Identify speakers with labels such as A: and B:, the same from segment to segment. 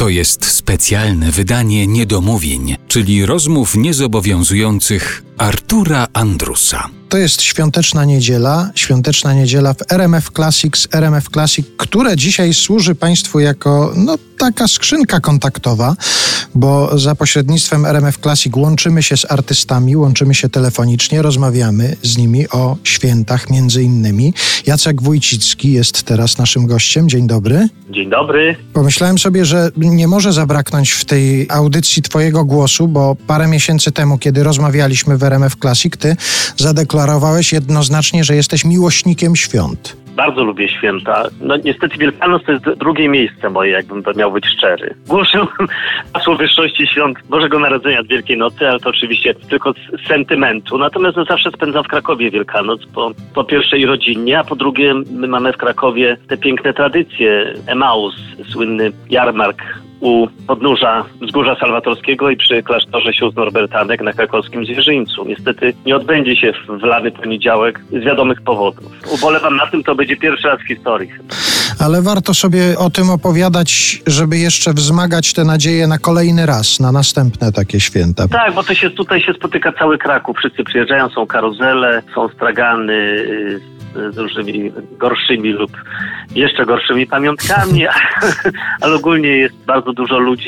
A: To jest specjalne wydanie niedomówień, czyli rozmów niezobowiązujących Artura Andrusa.
B: To jest świąteczna niedziela w RMF Classic z RMF Classic, które dzisiaj służy Państwu jako taka skrzynka kontaktowa, bo za pośrednictwem RMF Classic łączymy się z artystami, łączymy się telefonicznie, rozmawiamy z nimi o świętach między innymi. Jacek Wójcicki jest teraz naszym gościem. Dzień dobry.
C: Dzień dobry.
B: Pomyślałem sobie, że nie może zabraknąć w tej audycji Twojego głosu, bo parę miesięcy temu, kiedy rozmawialiśmy w RMF Classic, Ty zadeklarowałeś jednoznacznie, że jesteś miłośnikiem świąt.
C: Bardzo lubię święta. Niestety Wielkanoc to jest drugie miejsce moje, jakbym to miał być szczery. Głoszę hasło wyższości świąt Bożego Narodzenia z Wielkiej Nocy, ale to oczywiście tylko z sentymentu. Natomiast zawsze spędzam w Krakowie Wielkanoc, po pierwsze i rodzinnie, a po drugie my mamy w Krakowie te piękne tradycje. Emaus, słynny jarmark u podnóża Wzgórza Salwatorskiego i przy klasztorze sióstr Norbertanek na krakowskim Zwierzyńcu. Niestety nie odbędzie się w lany poniedziałek z wiadomych powodów. Ubolewam na tym, to będzie pierwszy raz w historii.
B: Ale warto sobie o tym opowiadać, żeby jeszcze wzmagać te nadzieje na kolejny raz, na następne takie święta.
C: Tak, bo tutaj się spotyka cały Kraków. Wszyscy przyjeżdżają, są karuzele, są stragany z różnymi gorszymi lub jeszcze gorszymi pamiątkami, ale ogólnie jest bardzo dużo ludzi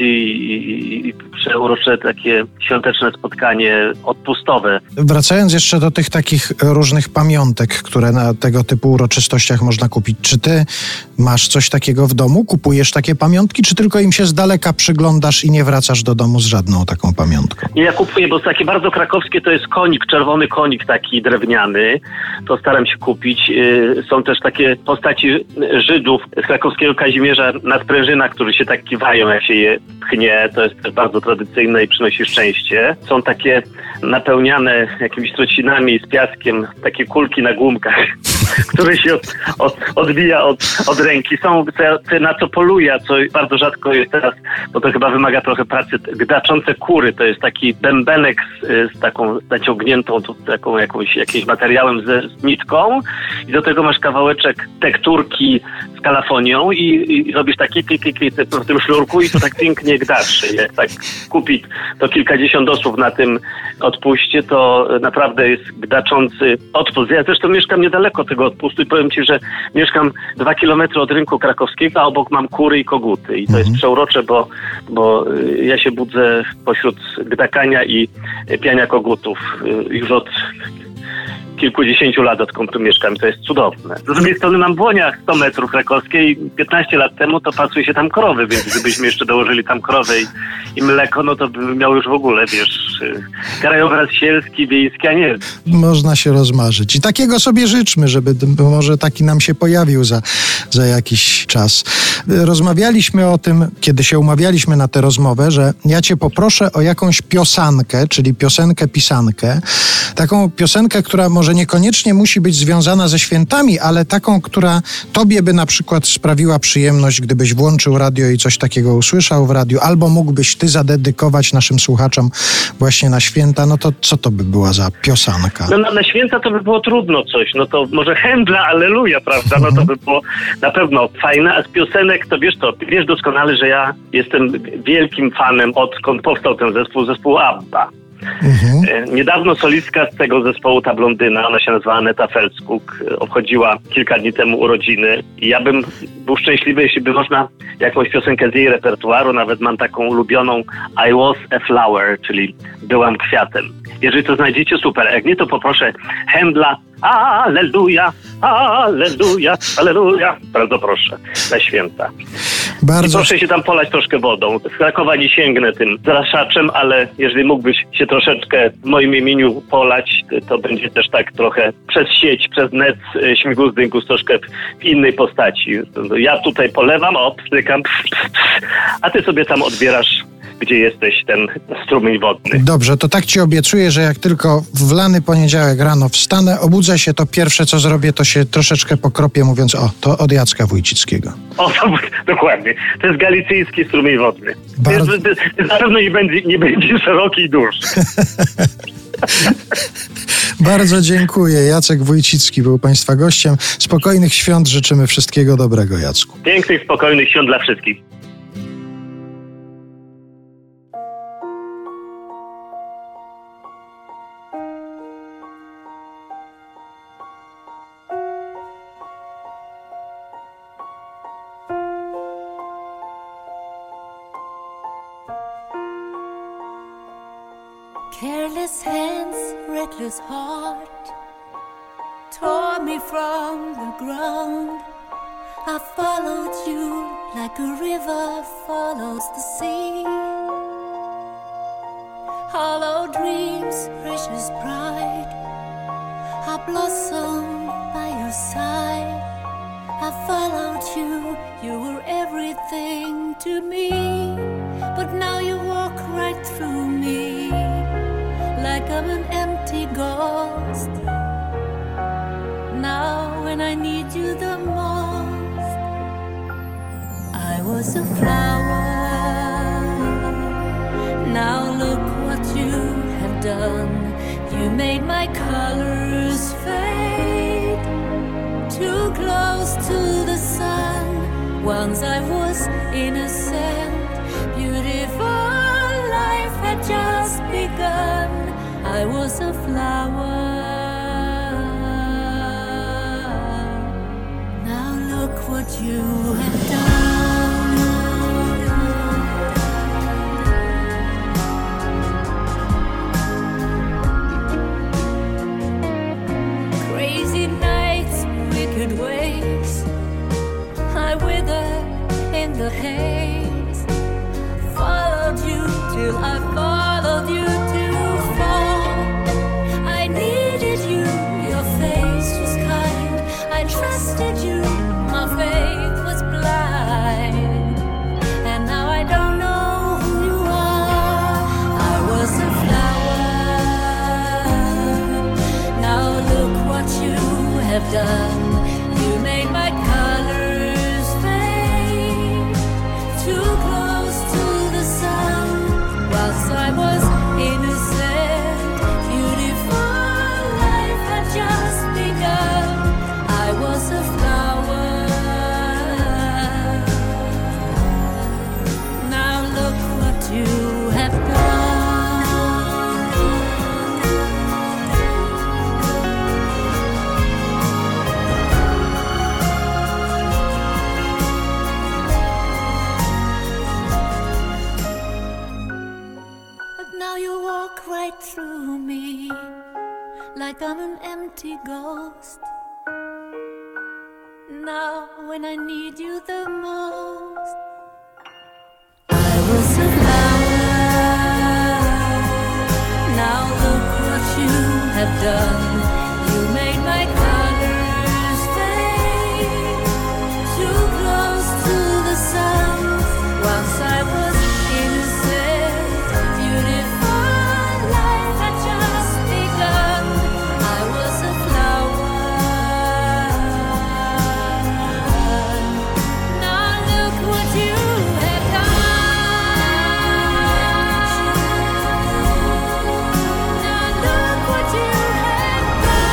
C: i przeurocze takie świąteczne spotkanie odpustowe.
B: Wracając jeszcze do tych takich różnych pamiątek, które na tego typu uroczystościach można kupić. Czy ty masz coś takiego w domu? Kupujesz takie pamiątki, czy tylko im się z daleka przyglądasz i nie wracasz do domu z żadną taką pamiątką?
C: Ja kupuję, bo takie bardzo krakowskie to jest konik, czerwony konik taki drewniany. To staram się kupić. Są też takie postaci Żydów z krakowskiego Kazimierza Nadprężyna, którzy się tak kiwają, jak się je pchnie. To jest też bardzo tradycyjne i przynosi szczęście. Są takie napełniane jakimiś trocinami z piaskiem, takie kulki na gumkach, które się odbija od ręki. Są te, na co poluje, co bardzo rzadko jest teraz, bo to chyba wymaga trochę pracy, gdaczące kury. To jest taki bębenek z taką naciągniętą jakimś materiałem z nitką i do tego masz kawałeczek tekturki z kalafonią i robisz taki w tym sznurku i to tak pięknie gdaczy. Jak tak kupi to kilkadziesiąt osób na tym odpuście, to naprawdę jest gdaczący odpust. Ja zresztą mieszkam niedaleko tego odpustu i powiem Ci, że mieszkam 2 kilometry od rynku krakowskiego, a obok mam kury i koguty. I to jest przeurocze, bo ja się budzę pośród gdakania i piania kogutów już od kilkudziesięciu lat, odkąd tu mieszkam. To jest cudowne. Z drugiej strony mam w Łoniach 100 metrów krakowskiej. 15 lat temu to pasuje się tam krowy, więc gdybyśmy jeszcze dołożyli tam krowę i mleko, no to by miał już w ogóle, krajobraz sielski, wiejski, a nie.
B: Można się rozmarzyć. I takiego sobie życzmy, żeby może taki nam się pojawił za jakiś czas. Rozmawialiśmy o tym, kiedy się umawialiśmy na tę rozmowę, że ja Cię poproszę o jakąś piosenkę, czyli piosenkę-pisankę. Taką piosenkę, która może niekoniecznie musi być związana ze świętami, ale taką, która Tobie by na przykład sprawiła przyjemność, gdybyś włączył radio i coś takiego usłyszał w radiu, albo mógłbyś Ty zadedykować naszym słuchaczom właśnie na święta, no to co to by była za piosenka?
C: No na święta to by było trudno coś, no to może Händla, Alleluja, prawda, no to by było na pewno fajne, a z piosenek to wiesz doskonale, że ja jestem wielkim fanem, odkąd powstał ten zespół ABBA. Niedawno solistka z tego zespołu, ta blondyna, ona się nazywa Aneta Felskuk, obchodziła kilka dni temu urodziny i ja bym był szczęśliwy, jeśli by można jakąś piosenkę z jej repertuaru, nawet mam taką ulubioną I was a flower, czyli byłam kwiatem. Jeżeli to znajdziecie, super, jak nie, to poproszę Händla, Alleluja, Alleluja, Alleluja. Bardzo proszę, na święta. I proszę się tam polać troszkę wodą. Z Krakowa nie sięgnę tym zraszaczem, ale jeżeli mógłbyś się troszeczkę w moim imieniu polać, to będzie też tak trochę przez sieć, przez net śmigus dynkus troszkę w innej postaci. Ja tutaj polewam, pstrykam, a ty sobie tam odbierasz, gdzie jesteś, ten strumień wodny.
B: Dobrze, to tak Ci obiecuję, że jak tylko w lany poniedziałek rano wstanę, obudzę się, to pierwsze co zrobię, to się troszeczkę pokropię, mówiąc, to od Jacka Wójcickiego.
C: Dokładnie. To jest galicyjski strumień wodny. Na pewno nie będzie szeroki i dłuższy.
B: Bardzo dziękuję. Jacek Wójcicki był Państwa gościem. Spokojnych świąt życzymy, wszystkiego dobrego, Jacku.
C: Pięknych, spokojnych świąt dla wszystkich.
D: Careless hands, reckless heart, tore me from the ground. I followed you like a river follows the sea. Hollow dreams, precious pride, I blossomed by your side. I followed you, you were everything to me. But now you walk right through me, like I'm an empty ghost. Now when I need you the most, I was a flower. Now look what you have done. You made my colors fade, too close to the sun. Once I was innocent, beautiful life had just begun. I was a flower. Now look what you have done. Crazy nights, wicked ways, I wither in the haze. Followed you till I followed you to fall. I needed you, your face was kind. I trusted you, my faith was blind. And now I don't know who you are. I was a flower. Now look what you have done. You made my colors fade, too close to the sun. Whilst I was innocent, beautiful life had just begun. I was a flower. Now look what you have done. But now you walk right through me, like I'm an empty ghost. Now when I need you the most, I was a flower. Now look what you have done. You made my colors fade, too close to the sun. Once I was innocent, beautiful life had just begun. I was a flower. Now look what you have done. Now look what you have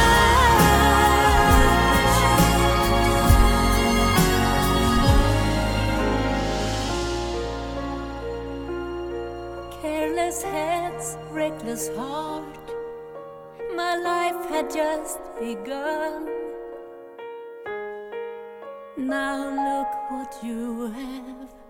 D: done. Careless hands, reckless heart, my life had just begun. Now look what you have